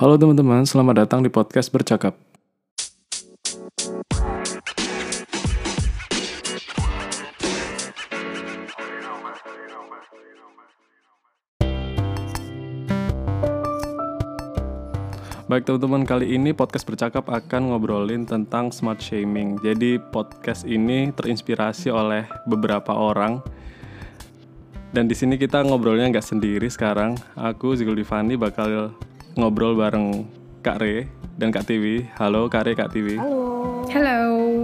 Halo teman-teman, selamat datang di podcast Bercakap. Baik teman-teman, kali ini podcast Bercakap akan ngobrolin tentang smart shaming. Jadi podcast ini terinspirasi oleh beberapa orang. Dan di sini kita ngobrolnya nggak sendiri sekarang. Aku Ziguldivani bakal ngobrol bareng Kak Re dan Kak Tiwi. Halo Kak Re, Kak Tiwi. Halo.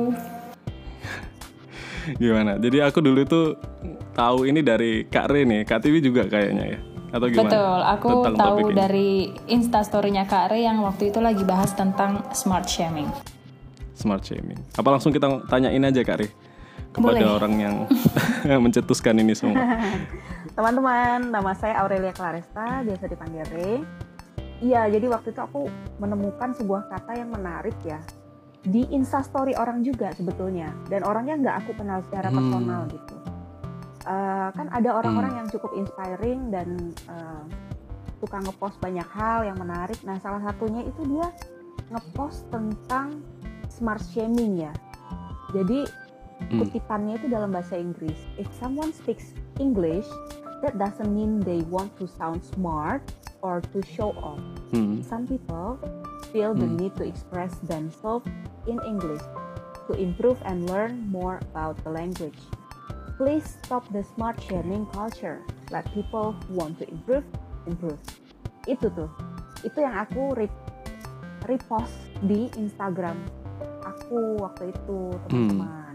Gimana? Jadi aku dulu tuh tahu ini dari Kak Re nih. Kak Tiwi juga kayaknya ya? Atau gimana? Betul, aku tahu dari Instastory-nya Kak Re yang waktu itu lagi bahas tentang smart shaming. Smart shaming. Apa langsung kita tanyain aja Kak Re? Kepada orang yang mencetuskan ini semua. Teman-teman, nama saya Aurelia Claresta, biasa dipanggil Re. Iya, jadi waktu itu aku menemukan sebuah kata yang menarik ya di Instastory orang juga sebetulnya, dan orangnya nggak aku kenal secara personal gitu. Kan ada orang-orang yang cukup inspiring dan suka ngepost banyak hal yang menarik. Nah, salah satunya itu dia ngepost tentang smart shaming ya. Jadi kutipannya itu dalam bahasa Inggris. If someone speaks English, that doesn't mean they want to sound smart or to show off. Some people feel the need to express themselves in English to improve and learn more about the language. Please stop the smart shaming culture. Let people who want to improve. Itu yang aku repost di Instagram aku waktu itu, teman-teman.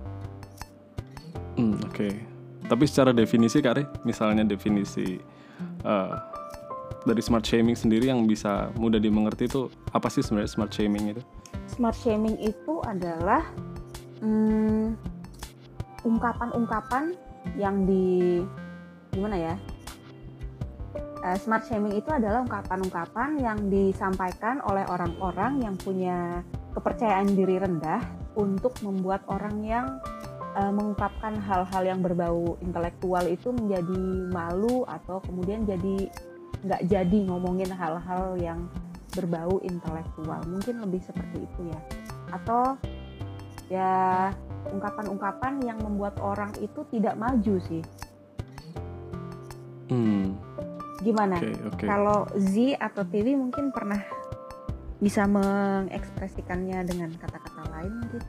Oke. Tapi secara definisi Kak Re, misalnya definisi dari smart shaming sendiri yang bisa mudah dimengerti itu apa sih sebenarnya smart shaming itu? Smart shaming itu adalah ungkapan-ungkapan yang gimana ya? Smart shaming itu adalah ungkapan-ungkapan yang disampaikan oleh orang-orang yang punya kepercayaan diri rendah untuk membuat orang yang mengungkapkan hal-hal yang berbau intelektual itu menjadi malu atau kemudian nggak jadi ngomongin hal-hal yang berbau intelektual. Mungkin lebih seperti itu ya. Atau ya ungkapan-ungkapan yang membuat orang itu tidak maju sih. Gimana? Okay. Kalau Z atau Tiwi mungkin pernah bisa mengekspresikannya dengan kata-kata lain mungkin.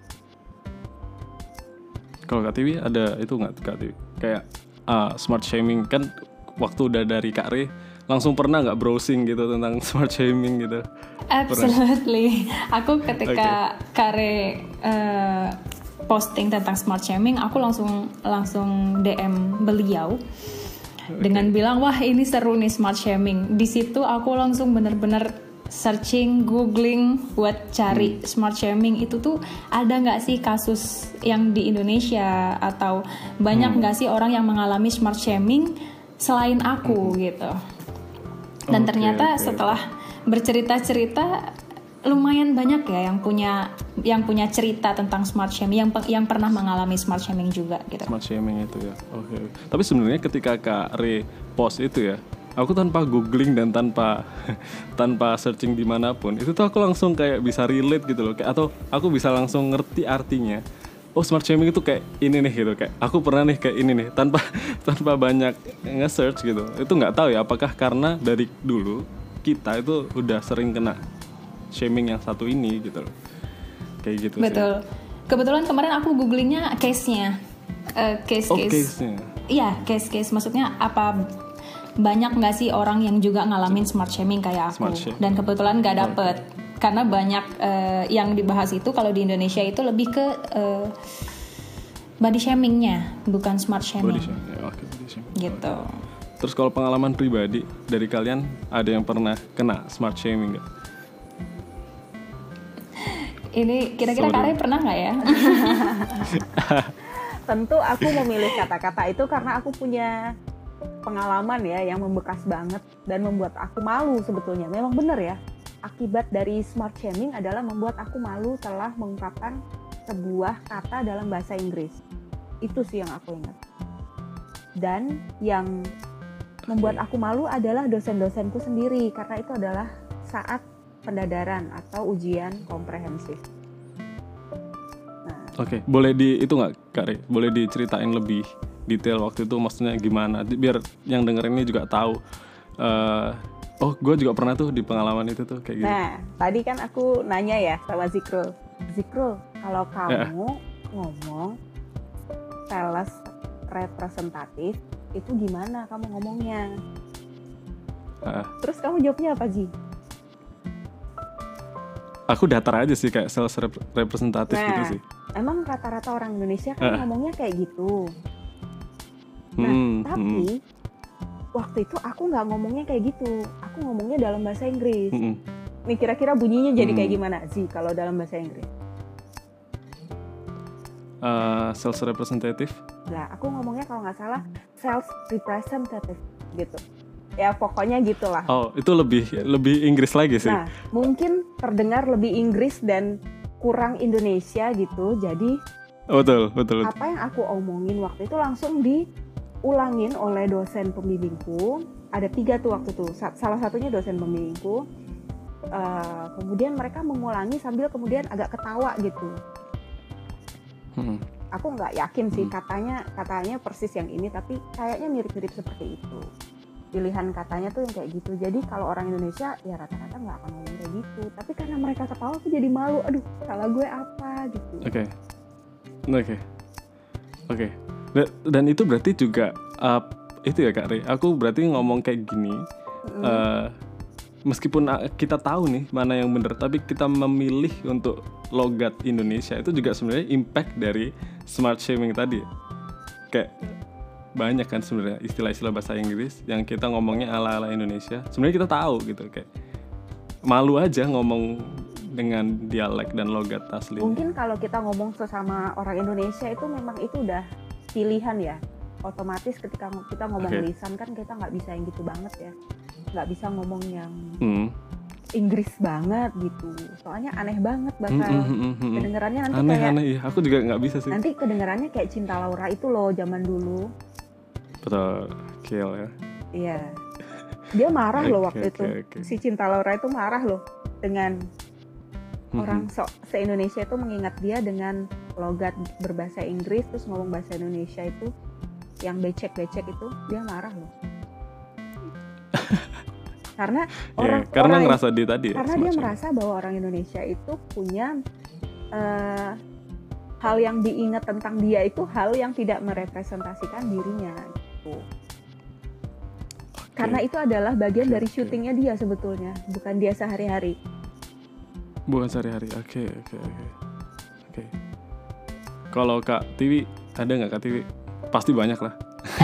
Kalau Kak Tiwi ada itu nggak Kak Tiwi? Kayak smart shaming kan waktu udah dari Kak Re langsung pernah nggak browsing gitu tentang smart shaming gitu? Absolutely. Aku ketika Kak Re posting tentang smart shaming, aku langsung DM beliau dengan bilang, wah ini seru nih smart shaming. Di situ aku langsung benar-benar searching, googling buat cari smart shaming itu tuh ada nggak sih kasus yang di Indonesia atau banyak nggak sih orang yang mengalami smart shaming selain aku gitu. Dan ternyata setelah bercerita-cerita lumayan banyak ya yang punya cerita tentang smart shaming yang pernah mengalami smart shaming juga gitu. Smart shaming itu ya. Oke. Tapi sebenarnya ketika Kak Re post itu ya, aku tanpa googling dan tanpa searching dimanapun itu tuh aku langsung kayak bisa relate gitu loh, atau aku bisa langsung ngerti artinya. Oh, smart shaming itu kayak ini nih gitu, kayak aku pernah nih kayak ini nih tanpa banyak nge-search gitu. Itu nggak tahu ya apakah karena dari dulu kita itu udah sering kena shaming yang satu ini gitu loh. Kayak gitu. Betul. Sih. Kebetulan kemarin aku googlingnya case-nya. Case-nya. Iya, case maksudnya apa banyak nggak sih orang yang juga ngalamin smart shaming kayak aku? Dan kebetulan nggak dapet. Karena banyak yang dibahas itu kalau di Indonesia itu lebih ke body shamingnya, bukan smart shaming. Body shaming, oke, body shaming. Gitu. Terus kalau pengalaman pribadi dari kalian ada yang pernah kena smart shaming nggak? Ini kira-kira Kak Re pernah nggak ya? Tentu aku memilih kata-kata itu karena aku punya pengalaman ya yang membekas banget dan membuat aku malu sebetulnya. Memang benar ya. Akibat dari smart shaming adalah membuat aku malu setelah mengungkapkan sebuah kata dalam bahasa Inggris. Itu sih yang aku ingat. Dan yang membuat aku malu adalah dosen-dosenku sendiri, karena itu adalah saat pendadaran atau ujian komprehensif. Oke, boleh itu nggak, Kak Re? Boleh diceritain lebih detail waktu itu maksudnya gimana? Biar yang denger ini juga tahu. Oh, gue juga pernah tuh di pengalaman itu tuh kayak gitu. Nah, tadi kan aku nanya ya sama Zikrul. Zikrul, kalau kamu ngomong sales representatif, itu gimana kamu ngomongnya? Terus kamu jawabnya apa, Ji? Aku datar aja sih kayak sales representatif gitu sih. Emang rata-rata orang Indonesia kan ngomongnya kayak gitu. Nah, tapi waktu itu aku nggak ngomongnya kayak gitu. Aku ngomongnya dalam bahasa Inggris. Nih kira-kira bunyinya jadi kayak gimana sih kalau dalam bahasa Inggris? Sales representative? Nah, aku ngomongnya kalau nggak salah sales representative gitu. Ya pokoknya gitulah. Oh, itu lebih Inggris lagi sih. Nah, mungkin terdengar lebih Inggris dan kurang Indonesia gitu. Jadi betul. Apa yang aku omongin waktu itu langsung diulangin oleh dosen pembimbingku. Ada 3 tuh waktu itu. Salah satunya dosen pembimbingku. Kemudian mereka mengulangi sambil kemudian agak ketawa gitu. Aku nggak yakin sih katanya persis yang ini, tapi kayaknya mirip-mirip seperti itu. Pilihan katanya tuh yang kayak gitu. Jadi kalau orang Indonesia ya rata-rata nggak akan ngomong kayak gitu. Tapi karena mereka ketawa aku jadi malu. Aduh, salah gue apa gitu. Oke. Dan itu berarti juga itu ya Kak Re. Aku berarti ngomong kayak gini. Meskipun kita tahu nih mana yang benar, tapi kita memilih untuk logat Indonesia itu juga sebenarnya impact dari smart shaming tadi. Kayak banyak kan sebenarnya istilah-istilah bahasa Inggris yang kita ngomongnya ala-ala Indonesia. Sebenarnya kita tahu gitu, kayak malu aja ngomong dengan dialek dan logat asli. Mungkin kalau kita ngomong sesama orang Indonesia itu memang itu udah pilihan ya. Otomatis ketika kita ngomong lisan kan kita nggak bisa yang gitu banget ya. Nggak bisa ngomong yang Inggris banget gitu. Soalnya aneh banget bakal kedengarannya nanti aneh ya. Aku juga nggak bisa sih. Nanti kedengarannya kayak Cinta Laura itu loh zaman dulu. Betul, kill ya. Iya. Dia marah loh waktu itu. Si Cinta Laura itu marah loh dengan orang se-Indonesia itu mengingat dia dengan logat berbahasa Inggris terus ngomong bahasa Indonesia itu yang becek-becek itu, dia marah loh. Karena karena ngerasa dia tadi ya, karena dia merasa bahwa orang Indonesia itu punya hal yang diingat tentang dia itu hal yang tidak merepresentasikan dirinya gitu. Karena itu adalah bagian dari syutingnya dia sebetulnya, bukan dia sehari-hari. Bukan sehari-hari. Oke. Kalau Kak Tiwi ada nggak Kak Tiwi? Pasti banyak lah.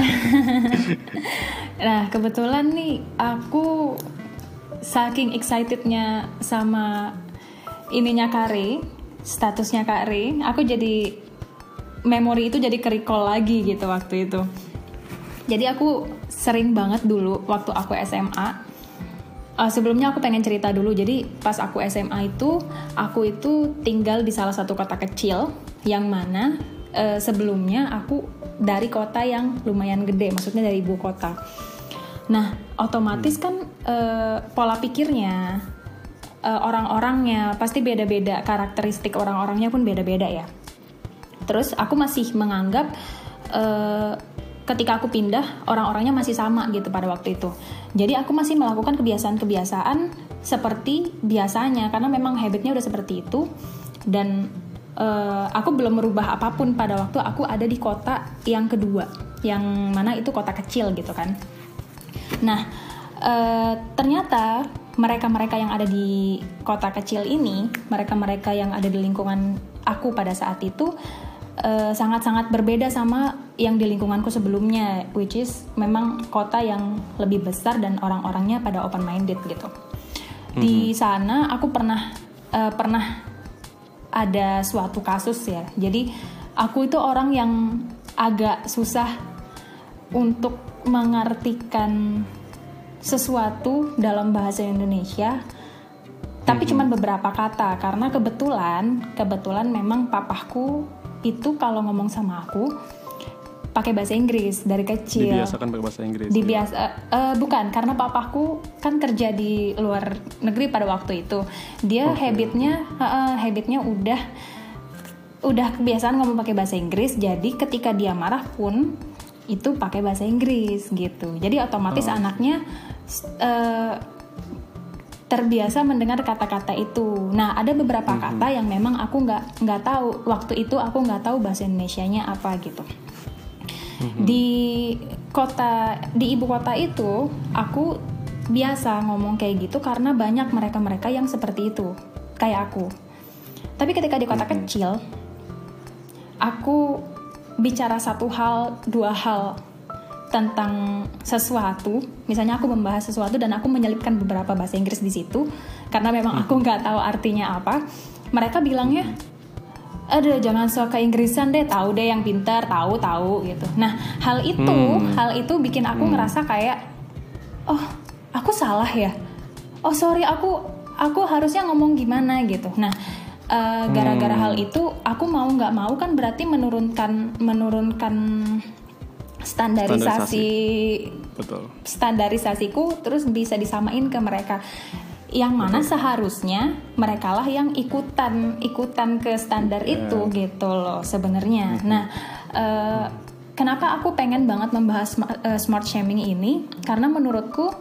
Nah kebetulan nih aku saking excitednya sama ininya Kak Re, statusnya Kak Re, aku jadi memori itu jadi ke-recall lagi gitu waktu itu. Jadi aku sering banget dulu waktu aku SMA. Sebelumnya aku pengen cerita dulu. Jadi pas aku SMA itu, aku itu tinggal di salah satu kota kecil yang mana sebelumnya aku dari kota yang lumayan gede, maksudnya dari ibu kota. Nah, otomatis kan pola pikirnya, orang-orangnya pasti beda-beda, karakteristik orang-orangnya pun beda-beda ya. Terus aku masih menganggap ketika aku pindah, orang-orangnya masih sama gitu pada waktu itu. Jadi aku masih melakukan kebiasaan-kebiasaan seperti biasanya, karena memang habitnya udah seperti itu. Dan aku belum merubah apapun pada waktu aku ada di kota yang kedua, yang mana itu kota kecil gitu kan. Nah, ternyata mereka-mereka yang ada di kota kecil ini, mereka-mereka yang ada di lingkungan aku pada saat itu, sangat-sangat berbeda sama yang di lingkunganku sebelumnya, which is memang kota yang lebih besar dan orang-orangnya pada open minded gitu. Di sana aku pernah ada suatu kasus ya. Jadi aku itu orang yang agak susah untuk mengartikan sesuatu dalam bahasa Indonesia, tapi cuma beberapa kata, karena kebetulan memang papahku itu kalau ngomong sama aku pakai bahasa Inggris dari kecil. Dibiasakan pakai bahasa Inggris. Bukan, karena papaku kan kerja di luar negeri pada waktu itu. Dia habitnya udah kebiasaan ngomong pakai bahasa Inggris. Jadi ketika dia marah pun itu pakai bahasa Inggris gitu. Jadi otomatis anaknya terbiasa mendengar kata-kata itu. Nah, ada beberapa kata yang memang aku nggak tahu waktu itu, aku nggak tahu bahasa Indonesianya apa gitu. Di ibu kota itu aku biasa ngomong kayak gitu karena banyak mereka yang seperti itu kayak aku. Tapi ketika di kota kecil, aku bicara satu hal, dua hal tentang sesuatu, misalnya aku membahas sesuatu dan aku menyelipkan beberapa bahasa Inggris di situ karena memang aku nggak tahu artinya apa. Mereka bilangnya, aduh jangan sok ke Inggrisan deh, tahu deh yang pintar, tahu gitu. Nah hal itu bikin aku ngerasa kayak, oh aku salah ya, oh sorry aku harusnya ngomong gimana gitu. Nah gara-gara hal itu aku mau nggak mau kan berarti menurunkan standarisasiku terus bisa disamain ke mereka. Yang mana seharusnya mereka lah yang ikutan ke standar itu gitu loh sebenarnya. Nah, kenapa aku pengen banget membahas smart shaming ini? Karena menurutku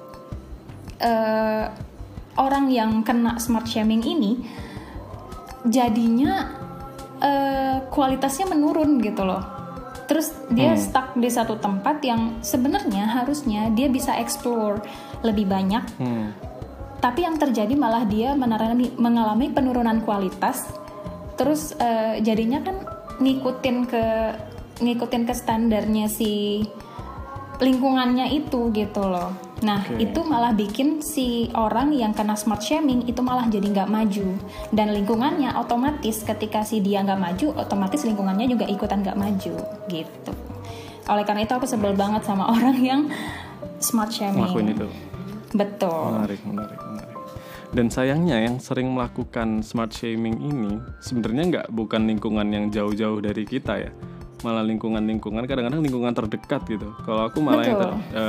orang yang kena smart shaming ini jadinya kualitasnya menurun gitu loh. Terus dia stuck di satu tempat yang sebenarnya harusnya dia bisa explore lebih banyak. Tapi yang terjadi malah dia mengalami penurunan kualitas. Terus jadinya kan ngikutin ke standarnya si lingkungannya itu gitu loh. Nah itu malah bikin si orang yang kena smart shaming itu malah jadi nggak maju, dan lingkungannya otomatis ketika si dia nggak maju, otomatis lingkungannya juga ikutan nggak maju gitu. Oleh karena itu aku sebel banget sama orang yang smart shaming. Ngelakuin itu. Betul. Menarik. Dan sayangnya yang sering melakukan smart shaming ini sebenarnya bukan lingkungan yang jauh-jauh dari kita ya, malah lingkungan kadang-kadang lingkungan terdekat gitu. Kalau aku malah yang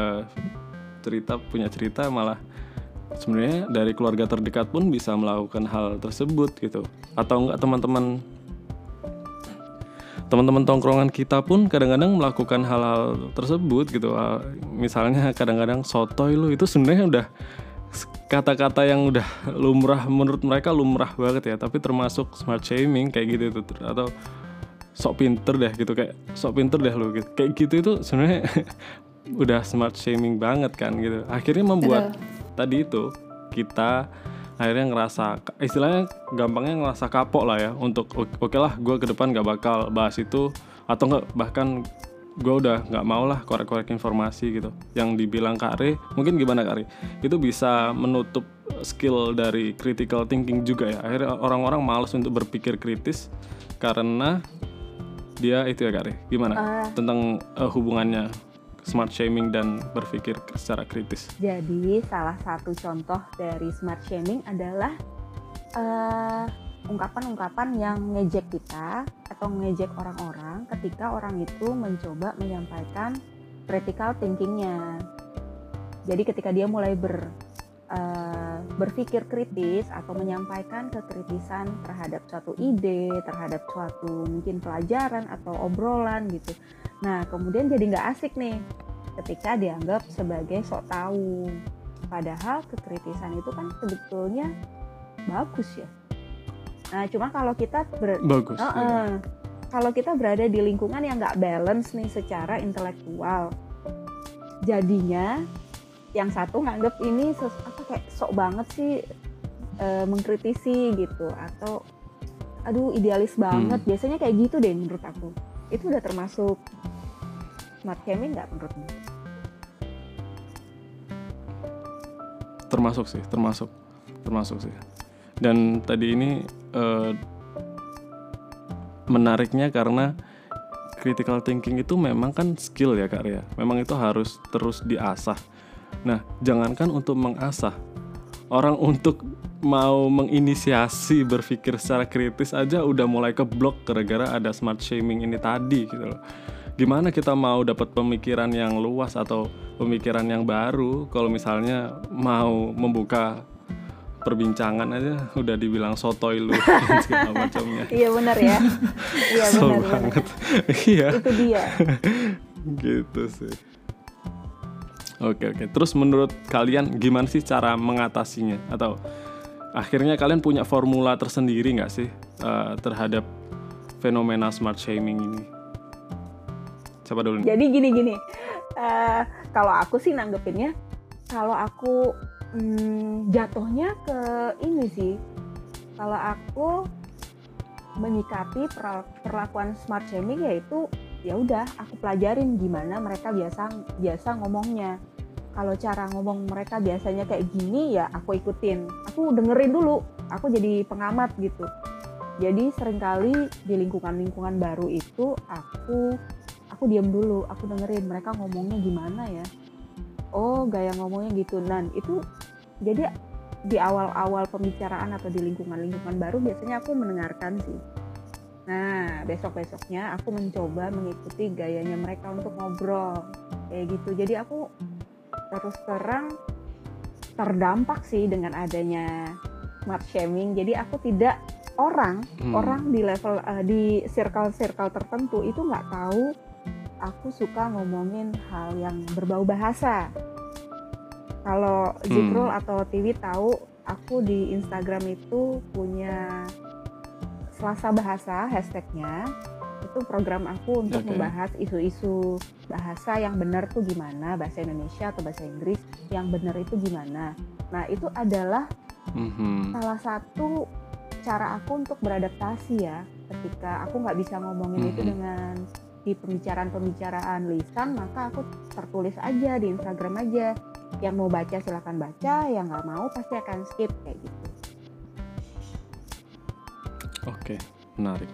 punya cerita malah sebenarnya dari keluarga terdekat pun bisa melakukan hal tersebut gitu. Atau enggak teman-teman tongkrongan kita pun kadang-kadang melakukan hal-hal tersebut gitu. Misalnya kadang-kadang sotoy lu, itu sebenarnya udah kata-kata yang udah lumrah, menurut mereka lumrah banget ya, tapi termasuk smart shaming kayak gitu tuh. Atau sok pinter deh gitu, kayak sok pinter deh lu gitu. Kayak gitu itu sebenarnya udah smart shaming banget kan gitu. Akhirnya membuat tadi itu kita akhirnya ngerasa, istilahnya gampangnya ngerasa kapok lah ya untuk oke lah gue ke depan gak bakal bahas itu, atau enggak bahkan gue udah gak mau lah korek-korek informasi gitu yang dibilang Kak Re. Mungkin gimana Kak Re, itu bisa menutup skill dari critical thinking juga ya. Akhirnya orang-orang malas untuk berpikir kritis karena dia itu ya Kak Re. Gimana tentang hubungannya smart shaming dan berpikir secara kritis? Jadi salah satu contoh dari smart shaming adalah ungkapan-ungkapan yang ngejek kita atau ngejek orang-orang ketika orang itu mencoba menyampaikan critical thinkingnya. Jadi ketika dia mulai berpikir kritis atau menyampaikan kekritisan terhadap suatu ide, terhadap suatu mungkin pelajaran atau obrolan gitu. Nah kemudian jadi nggak asik nih ketika dianggap sebagai sok tahu. Padahal kekritisan itu kan sebetulnya bagus ya. Nah cuma kalau kita kalau kita berada di lingkungan yang nggak balance nih secara intelektual, jadinya yang satu nganggep ini kayak sok banget sih mengkritisi gitu, atau aduh idealis banget. Biasanya kayak gitu deh menurut aku. Itu udah termasuk smart shaming nggak menurutmu? Termasuk sih. Dan tadi ini menariknya karena critical thinking itu memang kan skill ya Kak Ria. Memang itu harus terus diasah. Nah, jangankan untuk mengasah, orang untuk mau menginisiasi berpikir secara kritis aja udah mulai keblok gara-gara ada smart shaming ini tadi gitu loh. gimana kita mau dapat pemikiran yang luas atau pemikiran yang baru kalau misalnya mau membuka perbincangan aja udah dibilang sotoy lu dan segala macamnya. Iya benar ya. Iya Kesel benar. banget. Iya. Itu dia. Gitu sih. Oke. Terus menurut kalian gimana sih cara mengatasinya? Atau akhirnya kalian punya formula tersendiri nggak sih terhadap fenomena smart shaming ini? Siapa dulu nih? Jadi gini. Kalau aku sih nanggepinnya, kalau aku jatuhnya ke ini sih. Kalau aku menyikapi perlakuan smart shaming yaitu ya udah aku pelajarin gimana mereka biasa ngomongnya. Kalau cara ngomong mereka biasanya kayak gini ya aku ikutin. Aku dengerin dulu. Aku jadi pengamat gitu. Jadi seringkali di lingkungan baru itu aku diam dulu, aku dengerin mereka ngomongnya gimana ya. Oh, gaya ngomongnya gitu. Dan itu jadi di awal-awal pembicaraan atau di lingkungan baru biasanya aku mendengarkan sih. Nah, besok-besoknya aku mencoba mengikuti gayanya mereka untuk ngobrol. Kayak gitu. Jadi aku terus terang terdampak sih dengan adanya smart shaming. Jadi aku tidak orang di level di circle tertentu itu nggak tahu aku suka ngomongin hal yang berbau bahasa. Kalau Zikrul atau Tiwi tahu, aku di Instagram itu punya Selasa Bahasa hashtagnya. Itu program aku untuk membahas isu-isu bahasa yang benar tuh gimana, bahasa Indonesia atau bahasa Inggris yang benar itu gimana. Nah itu adalah salah satu cara aku untuk beradaptasi ya. Ketika aku nggak bisa ngomongin itu dengan di pembicaraan lisan, maka aku tertulis aja di Instagram aja. Yang mau baca silakan baca, yang nggak mau pasti akan skip kayak gitu. Oke, menarik.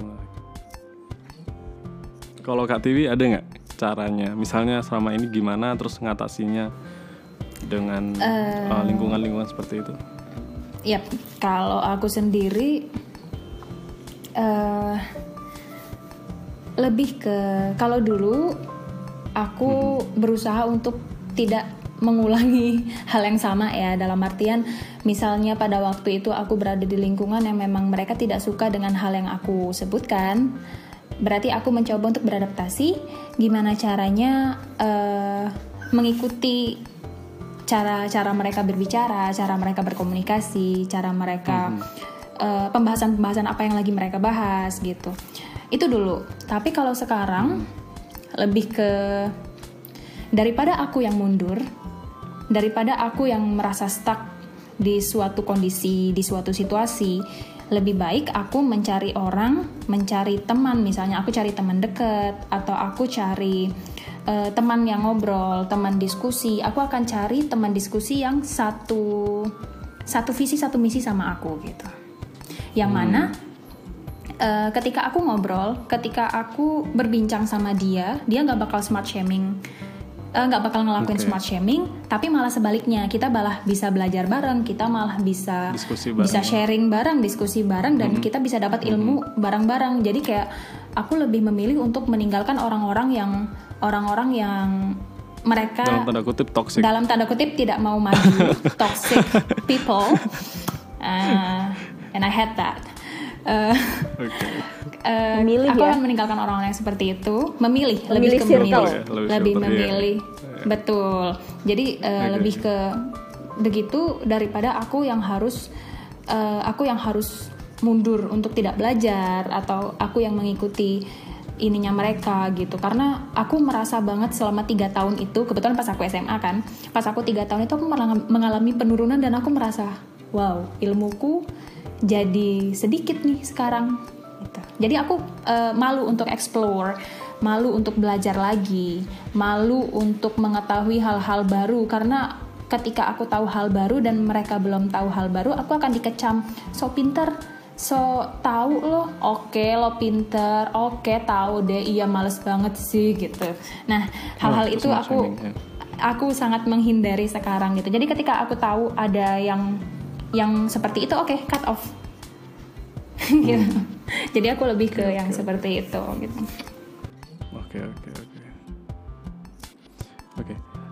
Kalau Kak Tiwi ada nggak caranya? Misalnya selama ini gimana terus ngatasinya dengan lingkungan seperti itu? Yap, kalau aku sendiri lebih ke kalau dulu aku berusaha untuk tidak mengulangi hal yang sama ya, dalam artian misalnya pada waktu itu aku berada di lingkungan yang memang mereka tidak suka dengan hal yang aku sebutkan, berarti aku mencoba untuk beradaptasi gimana caranya mengikuti cara mereka berbicara, cara mereka berkomunikasi, cara mereka pembahasan apa yang lagi mereka bahas gitu. Itu dulu. Tapi kalau sekarang lebih ke daripada aku yang mundur, daripada aku yang merasa stuck di suatu kondisi, di suatu situasi, lebih baik aku mencari orang, mencari teman. Misalnya aku cari teman dekat atau aku cari teman yang ngobrol, teman diskusi. Aku akan cari teman diskusi yang satu visi, satu misi sama aku gitu. Yang mana ketika aku ngobrol, ketika aku berbincang sama dia nggak bakal smart shaming, nggak bakal ngelakuin smart shaming, tapi malah sebaliknya kita malah bisa belajar bareng, kita malah bisa sharing bareng, diskusi bareng, dan kita bisa dapat ilmu bareng-bareng. Jadi kayak aku lebih memilih untuk meninggalkan orang-orang yang mereka dalam tanda kutip tidak mau maju, toxic people, and I had that. Aku akan meninggalkan orang-orang yang seperti itu, lebih memilih, betul. Jadi lebih ke begitu daripada aku yang harus mundur untuk tidak belajar atau aku yang mengikuti ininya mereka gitu. Karena aku merasa banget selama 3 tahun itu, kebetulan pas aku SMA kan, pas aku 3 tahun itu aku mengalami penurunan dan aku merasa wow, ilmuku jadi sedikit nih sekarang gitu. Jadi aku malu untuk explore, malu untuk belajar lagi, malu untuk mengetahui hal-hal baru. Karena ketika aku tahu hal baru dan mereka belum tahu hal baru, aku akan dikecam, so pinter, so tahu lo, oke lo pinter, oke tahu deh, iya males banget sih gitu. Nah hal-hal itu aku sangat menghindari sekarang gitu. Jadi ketika aku tahu ada yang seperti itu, oke, cut off. Gitu. Jadi aku lebih ke yang seperti itu gitu. Oke.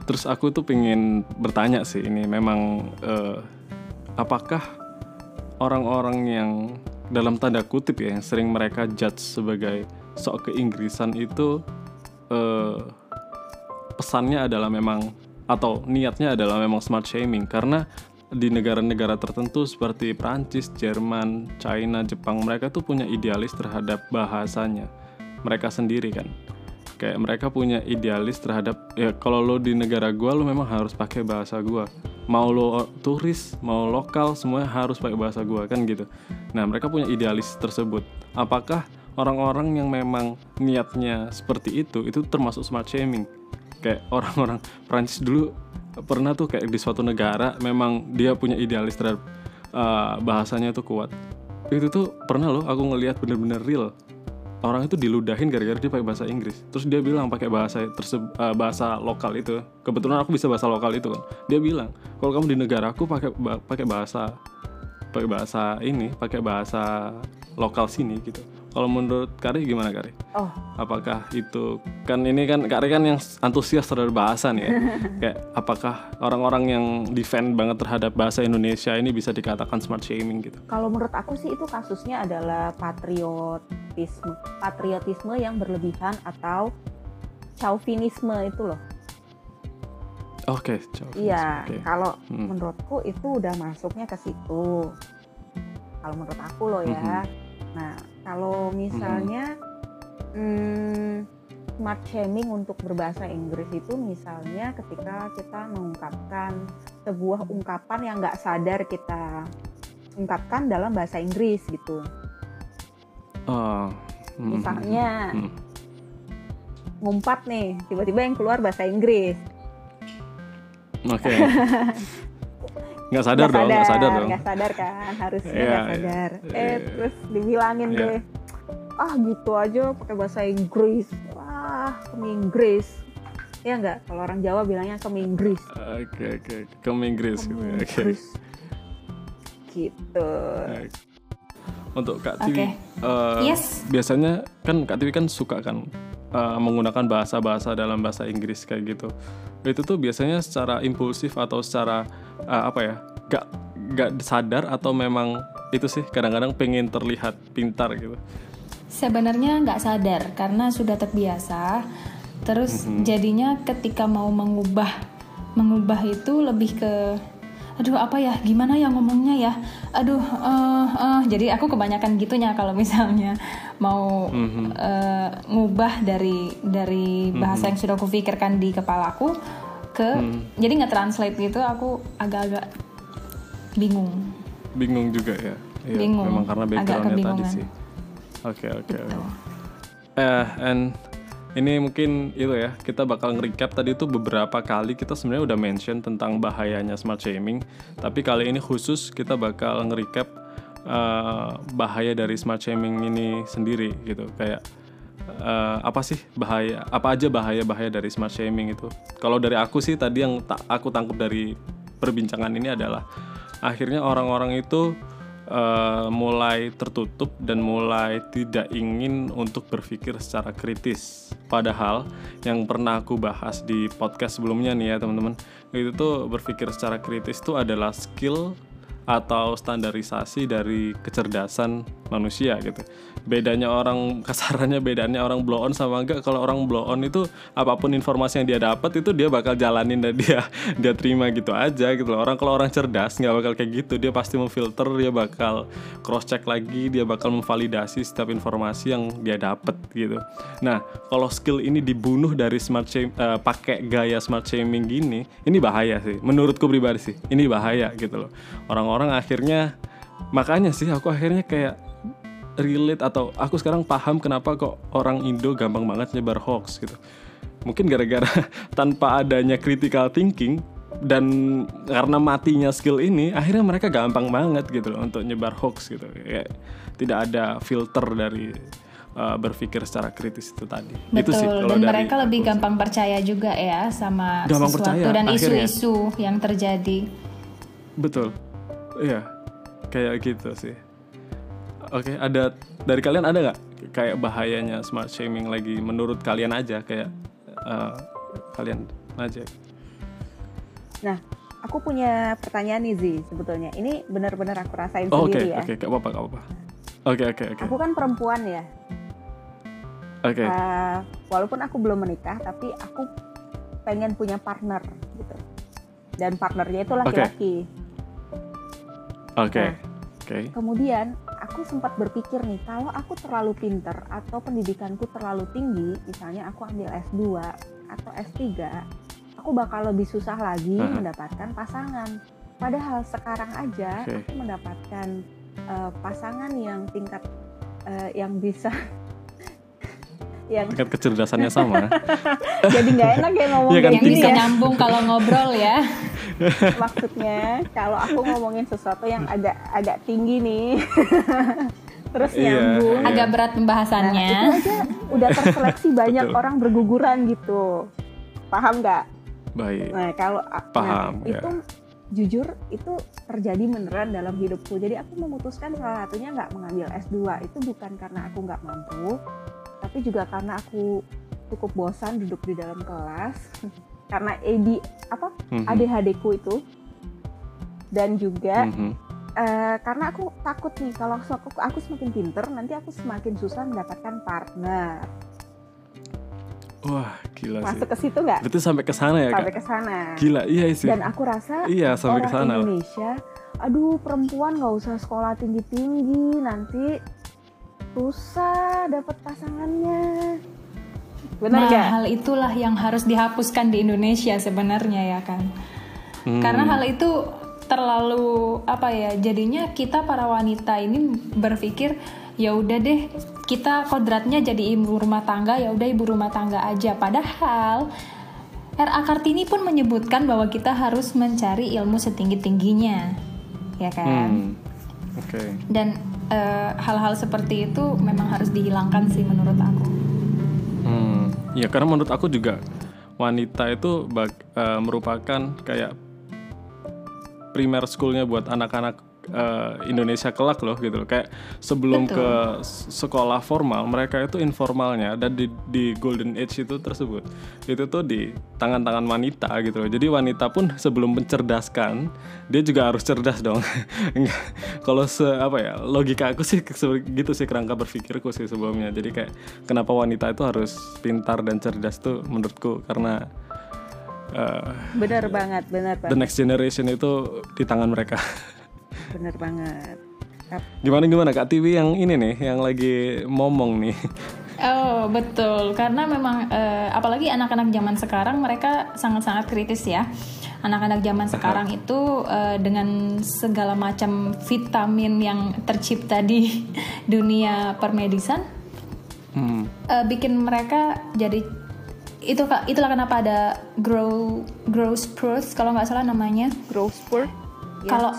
Terus aku tuh pengen bertanya sih, ini memang apakah orang-orang yang dalam tanda kutip ya, yang sering mereka judge sebagai sok keinggrisan itu pesannya adalah memang, atau niatnya adalah memang smart shaming? Karena di negara-negara tertentu seperti Prancis, Jerman, China, Jepang, mereka tuh punya idealis terhadap bahasanya mereka sendiri kan. Kayak mereka punya idealis terhadap, ya kalau lo di negara gua lo memang harus pakai bahasa gua. Mau lo turis, mau lokal, semuanya harus pakai bahasa gua kan gitu. Nah, mereka punya idealis tersebut. Apakah orang-orang yang memang niatnya seperti itu termasuk smart shaming? Kayak orang-orang Prancis dulu pernah tuh kayak di suatu negara memang dia punya idealis terhadap bahasanya tuh kuat. Itu tuh pernah loh aku ngelihat bener-bener real. Orang itu diludahin gara-gara dia pakai bahasa Inggris. Terus dia bilang pakai bahasa lokal itu. Kebetulan aku bisa bahasa lokal itu kan. Dia bilang, "Kalau kamu di negara aku pakai bahasa lokal sini gitu." Kalau menurut Kari gimana, Kari? Oh, Apakah itu kan ini kan Kari kan yang antusias terhadap bahasa nih ya. Kayak apakah orang-orang yang defend banget terhadap bahasa Indonesia ini bisa dikatakan smart shaming gitu? kalau menurut aku sih itu kasusnya adalah patriotisme yang berlebihan atau chauvinisme itu loh. Oke, Iya, oke. kalau menurutku itu udah masuknya ke situ. Kalau menurut aku loh ya. Nah, kalau misalnya smart shaming untuk berbahasa Inggris itu misalnya ketika kita mengungkapkan sebuah ungkapan yang nggak sadar kita ungkapkan dalam bahasa Inggris gitu. Misalnya ngumpat nih, tiba-tiba yang keluar bahasa Inggris. Oke. Nggak sadar dong. Nggak sadar kan, harusnya nggak sadar. Terus dibilangin deh, gitu aja pakai bahasa Inggris, Keminggris. Ya nggak, kalau orang Jawa bilangnya Keminggris. Oke, Keminggris gitu. Oke. Gitu. Untuk Kak Tiwi, Yes. biasanya kan Kak Tiwi kan suka kan menggunakan bahasa-bahasa dalam bahasa Inggris kayak gitu. Itu tuh biasanya secara impulsif atau secara gak sadar, atau memang itu sih kadang-kadang pengen terlihat pintar gitu? Sebenarnya nggak sadar karena sudah terbiasa. Terus jadinya ketika mau mengubah itu lebih ke gimana ya ngomongnya ya, jadi aku kebanyakan gitunya kalau misalnya mau ngubah dari bahasa yang sudah aku pikirkan di kepalaku ke jadi nge-translate gitu, aku agak-agak bingung juga ya. Iya, bingung, memang karena backgroundnya tadi sih. Oke. And ini mungkin itu ya, kita bakal nge-recap tadi itu beberapa kali kita sebenarnya udah mention tentang bahayanya smart shaming, tapi kali ini khusus kita bakal nge-recap bahaya dari smart shaming ini sendiri gitu. Kayak apa aja bahaya dari smart shaming itu. Kalau dari aku sih tadi yang aku tangkap dari perbincangan ini adalah akhirnya orang-orang itu mulai tertutup dan mulai tidak ingin untuk berpikir secara kritis. Padahal yang pernah aku bahas di podcast sebelumnya nih ya teman-teman, itu tuh berpikir secara kritis itu adalah skill atau standarisasi dari kecerdasan manusia gitu. Bedanya orang orang blow on sama enggak. Kalau orang blow on itu apapun informasi yang dia dapat itu dia bakal jalanin dan dia terima gitu aja gitu loh. Kalau orang cerdas nggak bakal kayak gitu, dia pasti memfilter, dia bakal cross check lagi, dia bakal memvalidasi setiap informasi yang dia dapat gitu. Nah, kalau skill ini dibunuh dari pakai gaya smart shaming gini, ini bahaya sih. Menurutku pribadi sih, ini bahaya gitu loh. Orang-orang akhirnya, makanya sih aku akhirnya kayak relate, atau aku sekarang paham kenapa kok orang Indo gampang banget nyebar hoax gitu. Mungkin gara-gara tanpa adanya critical thinking dan karena matinya skill ini, akhirnya mereka gampang banget gitu loh untuk nyebar hoax gitu. Kayak tidak ada filter dari berpikir secara kritis itu tadi. Betul, itu sih, dan mereka lebih gampang percaya juga ya sama sesuatu dan isu-isu yang terjadi. Betul, iya, kayak gitu sih. Oke, ada dari kalian ada nggak kayak bahayanya smart shaming lagi menurut kalian aja, kayak kalian aja? Nah, aku punya pertanyaan nih Zi, sebetulnya. Ini benar-benar aku rasain Oh, sendiri ya. Oke, gak apa-apa. Oke. Aku kan perempuan ya. Oke. Walaupun aku belum menikah, tapi aku pengen punya partner gitu. Dan partnernya itu laki-laki. Oke. Kemudian aku sempat berpikir nih, kalau aku terlalu pinter atau pendidikanku terlalu tinggi, misalnya aku ambil S2 atau S3, aku bakal lebih susah lagi mendapatkan pasangan. Padahal sekarang aja aku mendapatkan pasangan yang tingkat yang bisa yang tingkat kecerdasannya sama. jadi nggak enak ya ngomong ya kan, yang bisa nyambung kalau ngobrol ya. Maksudnya kalau aku ngomongin sesuatu yang agak tinggi nih terus nyambung agak berat pembahasannya, nah, itu aja udah terseleksi banyak orang berguguran gitu, paham nggak? Baik. Nah kalau paham itu jujur itu terjadi beneran dalam hidupku. Jadi aku memutuskan salah satunya nggak mengambil S2 itu bukan karena aku nggak mampu, tapi juga karena aku cukup bosan duduk di dalam kelas karena ADHD-ku itu, dan juga karena aku takut nih kalau aku semakin pinter nanti aku semakin susah mendapatkan partner. Wah, gila sih. Masuk ke situ nggak? Berarti sampai ke sana ya, Kak? Sampai ke sana. Gila, iya sih. Dan aku rasa sampai orang kesana Indonesia, aduh perempuan nggak usah sekolah tinggi-tinggi, nanti susah dapat pasangannya. Benar nggak? Hal itulah yang harus dihapuskan di Indonesia sebenarnya ya kan. Karena hal itu terlalu jadinya kita para wanita ini berpikir ya udah deh kita kodratnya jadi ibu rumah tangga, ya udah ibu rumah tangga aja. Padahal R.A. Kartini pun menyebutkan bahwa kita harus mencari ilmu setinggi-tingginya, ya kan? Dan hal-hal seperti itu memang harus dihilangkan sih menurut aku. Ya karena menurut aku juga wanita itu merupakan kayak primer schoolnya buat anak-anak Indonesia kelak loh gitu loh. Kayak sebelum Betul. ke sekolah formal, mereka itu informalnya, dan di golden age itu tersebut itu tuh di tangan-tangan wanita gitu loh. Jadi wanita pun sebelum mencerdaskan, dia juga harus cerdas dong. Kalau logika aku sih gitu sih, kerangka berpikirku sih sebelumnya. Jadi kayak kenapa wanita itu harus pintar dan cerdas tuh menurutku karena benar banget. The next generation itu di tangan mereka. Bener banget. Gimana Kak Tiwi yang ini nih, yang lagi momong nih? Oh betul, karena memang apalagi anak-anak zaman sekarang mereka sangat-sangat kritis ya. Anak-anak zaman sekarang itu dengan segala macam vitamin yang tercipta di dunia permedisan, bikin mereka jadi itulah kenapa ada growth spurt kalau nggak salah namanya. Growth spurt. Kalau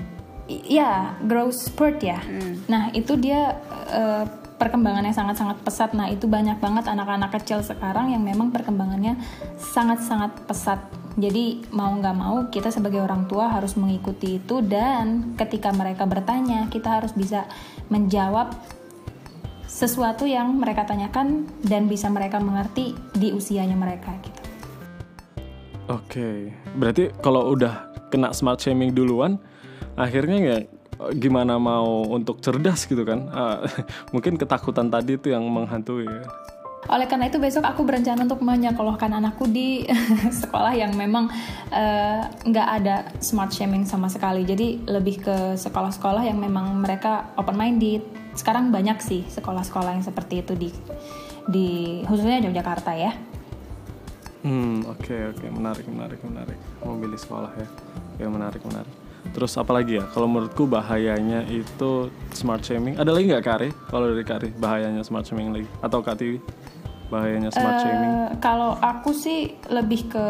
growth spurt ya. Nah itu dia perkembangannya sangat-sangat pesat. Nah itu banyak banget anak-anak kecil sekarang yang memang perkembangannya sangat-sangat pesat. Jadi mau nggak mau kita sebagai orang tua harus mengikuti itu, dan ketika mereka bertanya kita harus bisa menjawab sesuatu yang mereka tanyakan dan bisa mereka mengerti di usianya mereka gitu. Oke, berarti kalau udah kena smart shaming duluan, akhirnya ya gimana mau untuk cerdas gitu kan? Mungkin ketakutan tadi itu yang menghantui ya. Oleh karena itu besok aku berencana untuk menyekolahkan anakku di sekolah yang memang nggak ada smart shaming sama sekali. Jadi lebih ke sekolah-sekolah yang memang mereka open minded. Sekarang banyak sih sekolah-sekolah yang seperti itu di khususnya Yogyakarta ya. Oke, menarik. Mau pilih sekolah ya. Ya menarik. Terus apa lagi ya? Kalau menurutku bahayanya itu smart shaming. Ada lagi nggak Kak Ari? Kalau dari Kak Ari, bahayanya smart shaming lagi? Atau Kak Tiwi, bahayanya smart shaming? Kalau aku sih lebih ke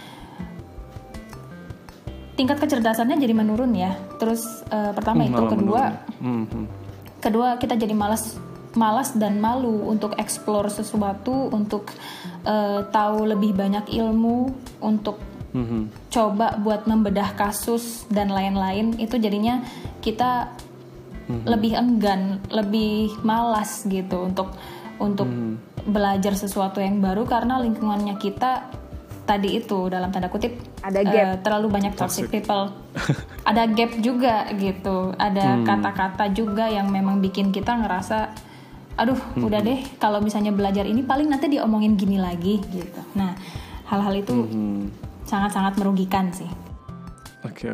tingkat kecerdasannya jadi menurun ya. Terus pertama itu, kedua kita jadi malas dan malu untuk explore sesuatu, untuk tahu lebih banyak ilmu, untuk coba buat membedah kasus dan lain-lain. Itu jadinya kita lebih enggan, lebih malas gitu untuk belajar sesuatu yang baru karena lingkungannya kita tadi itu dalam tanda kutip Ada gap. terlalu banyak toxic people. Ada gap juga gitu. Ada kata-kata juga yang memang bikin kita ngerasa aduh udah deh kalau misalnya belajar ini paling nanti diomongin gini lagi gitu. Nah, hal-hal itu sangat-sangat merugikan sih. Oke.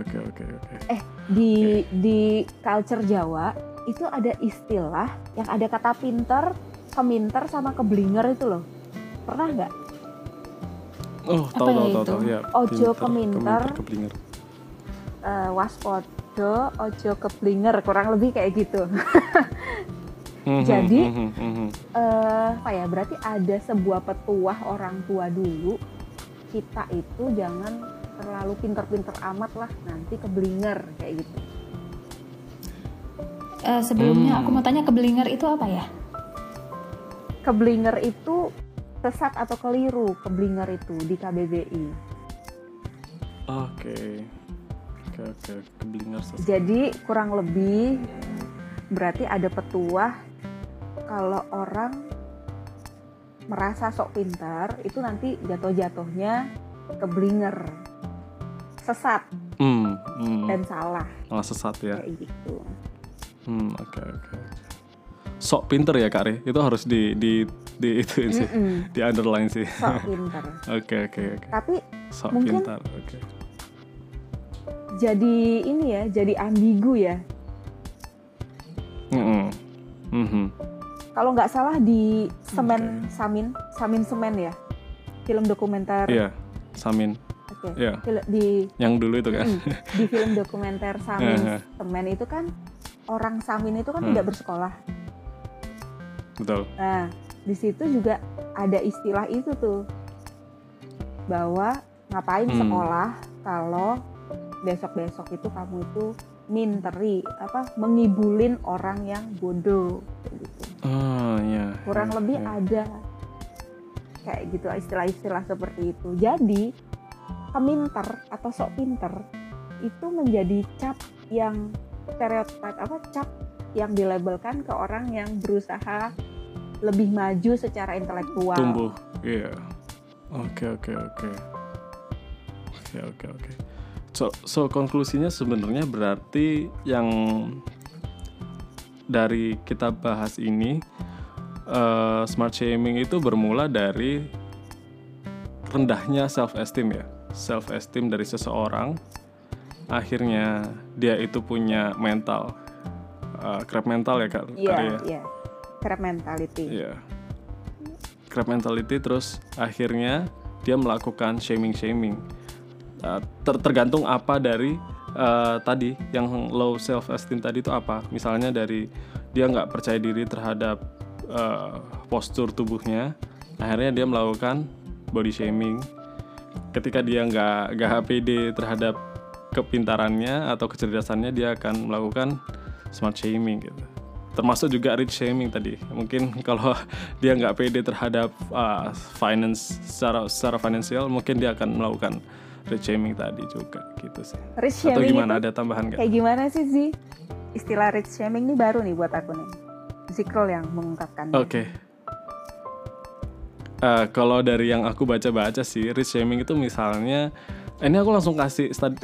Di culture Jawa itu ada istilah yang ada kata pinter, keminter sama keblinger itu loh. Pernah nggak? Oh, tahu ya. Ojo keminter, keblinger. waspodo, ojo keblinger, kurang lebih kayak gitu. Jadi apa ya? Berarti ada sebuah petuah orang tua dulu, kita itu jangan terlalu pinter-pinter amat lah, nanti keblinger kayak gitu. Sebelumnya aku mau tanya keblinger itu apa ya? Keblinger itu sesat atau keliru, keblinger itu di KBBI. Oke, keblinger sesat. Jadi kurang lebih berarti ada petuah kalau orang merasa sok pintar itu nanti jatuh-jatuhnya keblinger, sesat dan salah. Malah sesat ya. Kayak gitu. Oke. Sok pinter ya Kak Re, itu harus di ituin sih, di underline sih. Sok pintar. Oke. Tapi Sok mungkin pintar, oke. jadi ini ya, jadi ambigu ya. Kalau nggak salah di Samin Semen ya, film dokumenter. Iya, Samin. Oke. Iya. Di Yang dulu itu kan. di film dokumenter Samin Semen itu kan orang Samin itu kan tidak bersekolah. Betul. Nah, di situ juga ada istilah itu tuh, bahwa ngapain sekolah kalau besok-besok itu kamu itu minteri mengibulin orang yang bodoh kayak gitu. Oh iya. Kurang lebih ada kayak gitu istilah-istilah seperti itu. Jadi peminter atau sok pinter itu menjadi cap yang cap yang dilabelkan ke orang yang berusaha lebih maju secara intelektual. Tumbuh. Iya. Oke. So konklusinya sebenarnya berarti yang dari kita bahas ini, smart shaming itu bermula dari rendahnya self esteem ya. Self esteem dari seseorang, akhirnya dia itu punya mental, crab mental ya Kak. Iya. Crab mentality. Iya. Crab mentality, terus akhirnya dia melakukan shaming. Tergantung apa dari tadi yang low self esteem tadi itu apa. Misalnya dari dia nggak percaya diri terhadap postur tubuhnya, akhirnya dia melakukan body shaming. Ketika dia nggak pede terhadap kepintarannya atau kecerdasannya, dia akan melakukan smart shaming gitu. Termasuk juga rich shaming tadi. Mungkin kalau dia nggak pede terhadap finance secara finansial, mungkin dia akan melakukan rich shaming tadi juga gitu sih. Rich atau shaming gimana, itu ada tambahan nggak? Kayak gimana sih Zi? Istilah rich shaming ini baru nih buat aku nih. Zikrul yang mengungkapkannya. Oke. Kalau dari yang aku baca-baca sih, rich shaming itu misalnya, ini aku langsung kasih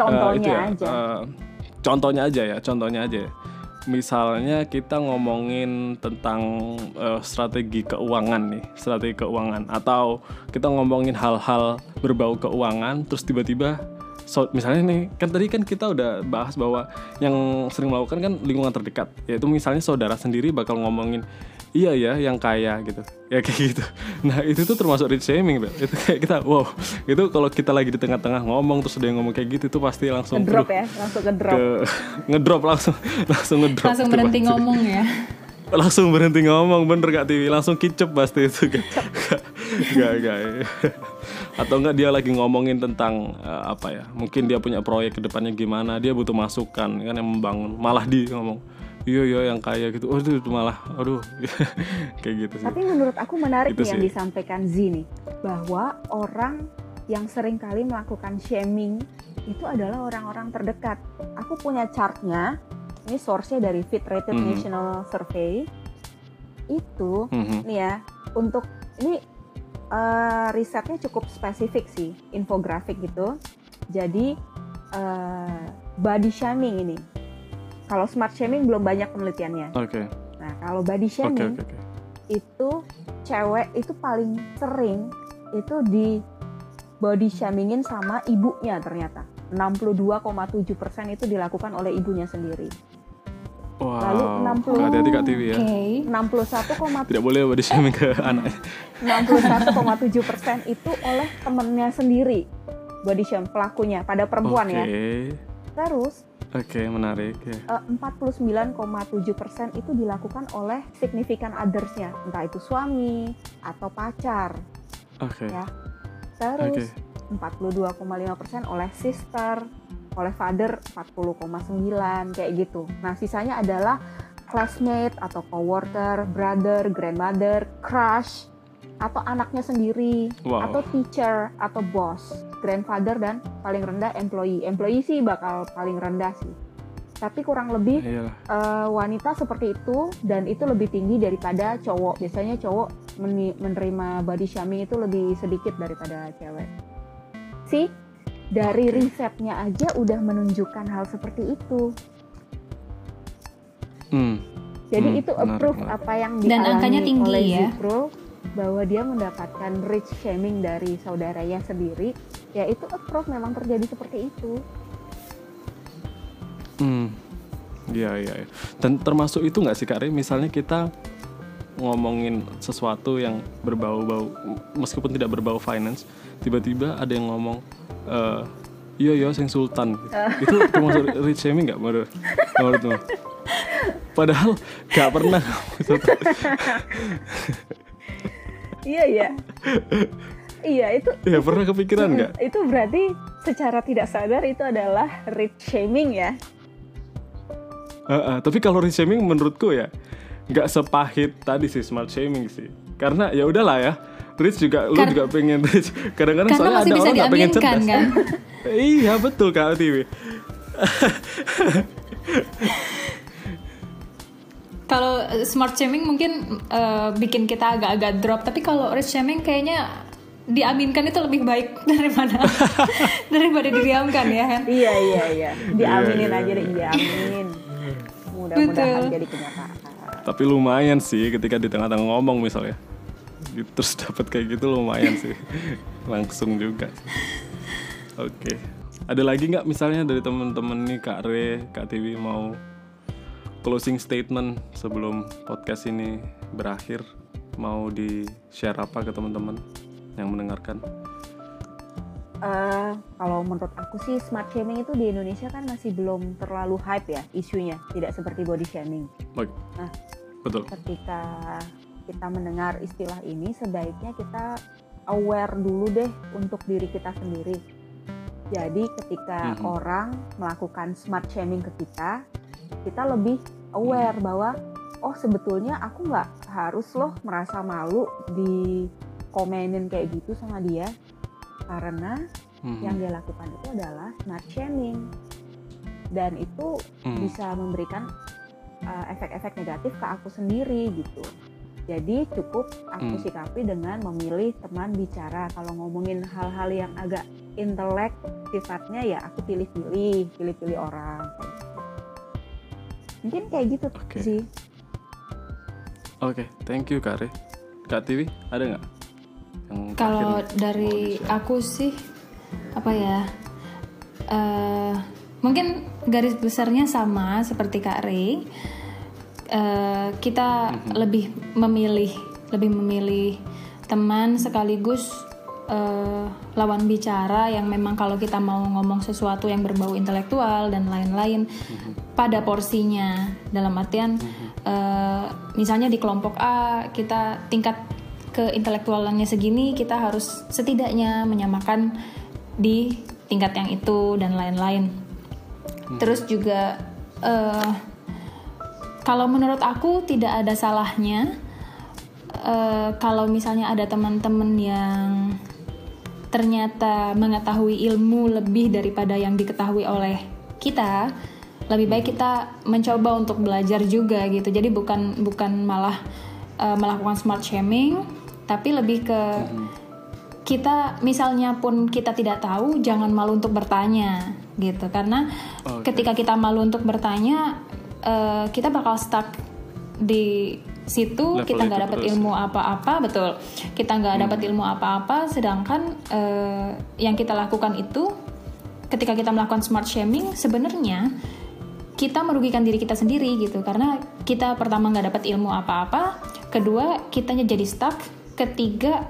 contohnya aja ya. Misalnya kita ngomongin tentang strategi keuangan, atau kita ngomongin hal-hal berbau keuangan, terus tiba-tiba misalnya nih, kan tadi kan kita udah bahas bahwa yang sering melakukan kan lingkungan terdekat, yaitu misalnya saudara sendiri bakal ngomongin iya ya yang kaya gitu, ya kayak gitu. Nah itu tuh termasuk rich shaming, Bel. Itu kayak kita itu kalau kita lagi di tengah-tengah ngomong terus ada yang ngomong kayak gitu, itu pasti langsung ngedrop langsung berhenti ngomong ya. Langsung berhenti ngomong, bener Kak Tiwi, langsung kicep pasti itu gak. Atau enggak dia lagi ngomongin tentang mungkin dia punya proyek ke depannya gimana, dia butuh masukan kan yang membangun, malah dia ngomong iya yang kaya gitu, aduh kayak gitu sih. Tapi menurut aku menarik gitu nih yang sih disampaikan Z nih, bahwa orang yang sering kali melakukan shaming itu adalah orang-orang terdekat. Aku punya chartnya, ini source-nya dari Fit Rated National Survey. Itu nih ya, untuk ini risetnya cukup spesifik sih, infografik gitu. Jadi body shaming ini, kalau smart shaming belum banyak penelitiannya. Oke. Nah kalau body shaming itu cewek itu paling sering itu di body shamingin sama ibunya ternyata. 62,7% itu dilakukan oleh ibunya sendiri. Wow. Lalu Hati-hati Kak Tiwi ya. 61,7% Tidak boleh body shaming ke anaknya. 61,7% itu oleh temennya sendiri. Body shame pelakunya pada perempuan ya. Terus menarik ya. 49,7% itu dilakukan oleh significant others-nya, entah itu suami atau pacar. Ya. Terus 42,5% oleh sister, oleh father 40,9 kayak gitu. Nah, sisanya adalah classmate atau coworker, brother, grandmother, crush, atau anaknya sendiri, atau teacher, atau boss, grandfather, dan paling rendah employee. Employee sih bakal paling rendah sih. Tapi kurang lebih wanita seperti itu, dan itu lebih tinggi daripada cowok. Biasanya cowok menerima body shaming itu lebih sedikit daripada cewek. Sih, dari risetnya aja udah menunjukkan hal seperti itu. Jadi itu approve apa yang dialami oleh Zipro, bahwa dia mendapatkan rich shaming dari saudaranya sendiri, ya itu approve, memang terjadi seperti itu. Iya. Dan termasuk itu nggak sih Kak Ri, misalnya kita ngomongin sesuatu yang berbau-bau, meskipun tidak berbau finance, tiba-tiba ada yang ngomong, iya sing sultan gitu. Itu termasuk rich shaming nggak menurutmu? Padahal nggak pernah. Iya itu. Ya pernah kepikiran nggak? Itu berarti secara tidak sadar itu adalah rich shaming ya. Tapi kalau rich shaming menurutku ya nggak sepahit tadi sih smart shaming sih. Karena ya udahlah ya, rich juga lu juga pengen rich. Kadang-kadang soalnya ada orang nggak pengen cerdas. Kan? Iya betul Kak Tiwi. Kalau smart shaming mungkin bikin kita agak-agak drop, tapi kalau rich shaming kayaknya diaminkan itu lebih baik daripada didiamkan ya kan? Iya. Diaminin aja deh, amin. Mudah-mudahan jadi kenyataan. Tapi lumayan sih ketika di tengah-tengah ngomong misalnya, terus dapat kayak gitu lumayan sih, langsung juga. Oke. Ada lagi nggak misalnya dari teman-teman nih Kak Re, Kak Tiwi mau closing statement sebelum podcast ini berakhir, mau di-share apa ke teman-teman yang mendengarkan? Kalau menurut aku sih smart shaming itu di Indonesia kan masih belum terlalu hype ya isunya, tidak seperti body shaming. Baik. Nah, betul. Ketika kita mendengar istilah ini, sebaiknya kita aware dulu deh untuk diri kita sendiri. Jadi ketika orang melakukan smart shaming ke kita lebih aware bahwa sebetulnya aku nggak harus loh merasa malu di komenin kayak gitu sama dia, karena yang dia lakukan itu adalah smart shaming, dan itu bisa memberikan efek-efek negatif ke aku sendiri gitu. Jadi cukup aku sikapi dengan memilih teman bicara. Kalau ngomongin hal-hal yang agak intelek sifatnya, ya aku pilih-pilih orang. Mungkin kayak gitu sih. Oke, thank you Kak Re. Kak Tiwi, ada nggak? Kalau dari aku sih, apa ya? Mungkin garis besarnya sama seperti Kak Re. Kita lebih memilih teman sekaligus lawan bicara yang memang kalau kita mau ngomong sesuatu yang berbau intelektual dan lain-lain pada porsinya, dalam artian misalnya di kelompok A kita tingkat keintelektualannya segini, kita harus setidaknya menyamakan di tingkat yang itu dan lain-lain. Terus juga kalau menurut aku tidak ada salahnya kalau misalnya ada teman-teman yang ternyata mengetahui ilmu lebih daripada yang diketahui oleh kita, lebih baik kita mencoba untuk belajar juga gitu. Jadi bukan malah melakukan smart shaming, tapi lebih ke kita misalnya pun kita tidak tahu, jangan malu untuk bertanya gitu, karena ketika kita malu untuk bertanya, kita bakal stuck di situ. Level kita nggak dapat ilmu apa-apa, betul, kita nggak dapat ilmu apa-apa, sedangkan yang kita lakukan itu ketika kita melakukan smart shaming sebenarnya kita merugikan diri kita sendiri gitu, karena kita pertama nggak dapat ilmu apa-apa, kedua kitanya jadi stuck, ketiga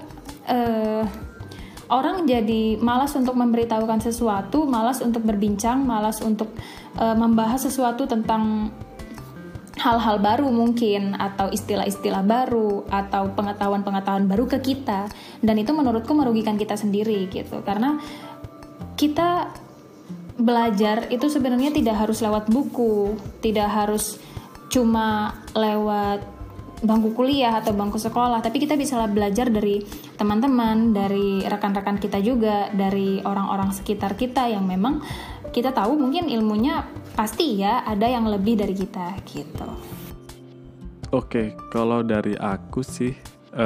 orang jadi malas untuk memberitahukan sesuatu, malas untuk berbincang, malas untuk membahas sesuatu tentang hal-hal baru mungkin, atau istilah-istilah baru, atau pengetahuan-pengetahuan baru ke kita. Dan itu menurutku merugikan kita sendiri gitu, karena kita belajar itu sebenarnya tidak harus lewat buku, tidak harus cuma lewat bangku kuliah atau bangku sekolah, tapi kita bisa belajar dari teman-teman, dari rekan-rekan kita juga, dari orang-orang sekitar kita yang memang kita tahu mungkin ilmunya pasti ya ada yang lebih dari kita gitu. Oke, kalau dari aku sih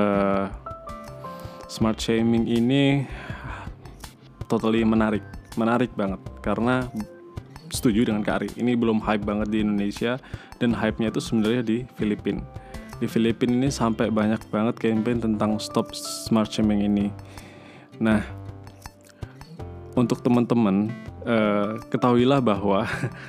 smart shaming ini totally menarik banget, karena setuju dengan Kak Ari, ini belum hype banget di Indonesia, dan hype-nya itu sebenarnya di Filipina. Di Filipina ini sampai banyak banget campaign tentang stop smart shaming ini. Nah, untuk teman-teman ketahuilah bahwa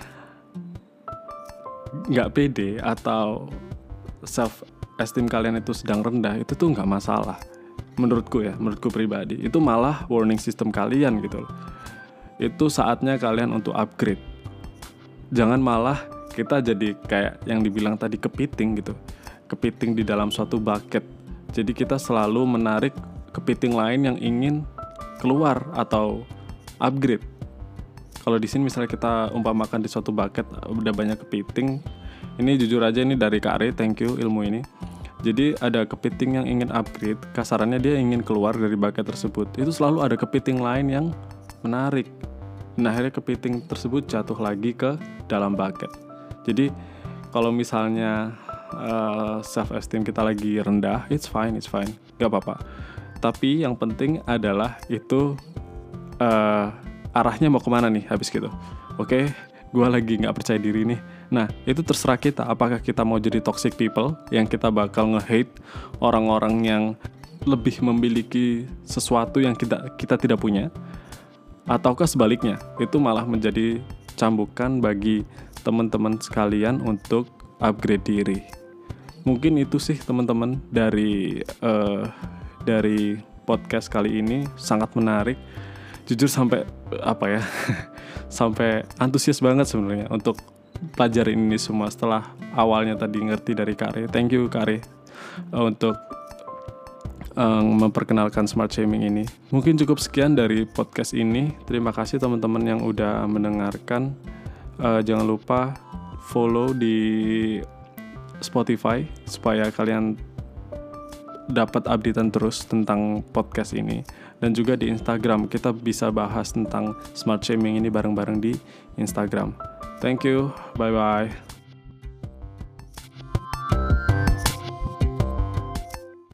nggak pede atau self esteem kalian itu sedang rendah, itu tuh nggak masalah. Menurutku pribadi, itu malah warning system kalian gitu loh. Itu saatnya kalian untuk upgrade. Jangan malah kita jadi kayak yang dibilang tadi, kepiting gitu. Kepiting di dalam suatu bucket. Jadi kita selalu menarik kepiting lain yang ingin keluar atau upgrade. Kalau di sini misalnya kita umpamakan di suatu bucket udah banyak kepiting. Ini jujur aja, ini dari Kak Ari, thank you ilmu ini. Jadi ada kepiting yang ingin upgrade, kasarannya dia ingin keluar dari bucket tersebut. Itu selalu ada kepiting lain yang menarik. Nah, akhirnya kepiting tersebut jatuh lagi ke dalam bucket. Jadi kalau misalnya self esteem kita lagi rendah, it's fine, gak apa-apa. Tapi yang penting adalah itu arahnya mau kemana nih habis gitu. Oke, gue lagi gak percaya diri nih. Nah, itu terserah kita, apakah kita mau jadi toxic people yang kita bakal nge-hate orang-orang yang lebih memiliki sesuatu yang kita tidak punya, ataukah sebaliknya, itu malah menjadi cambukan bagi teman-teman sekalian untuk upgrade diri. Mungkin itu sih teman-teman dari podcast kali ini, sangat menarik. Jujur sampai sampai antusias banget sebenarnya untuk pelajarin ini semua setelah awalnya tadi ngerti dari Kak Ari. Thank you Kak Ari untuk memperkenalkan smart shaming ini. Mungkin cukup sekian dari podcast ini. Terima kasih teman-teman yang udah mendengarkan. Jangan lupa follow di Spotify supaya kalian dapat updatean terus tentang podcast ini, dan juga di Instagram kita bisa bahas tentang smart shaming ini bareng-bareng di Instagram. Thank you, bye bye.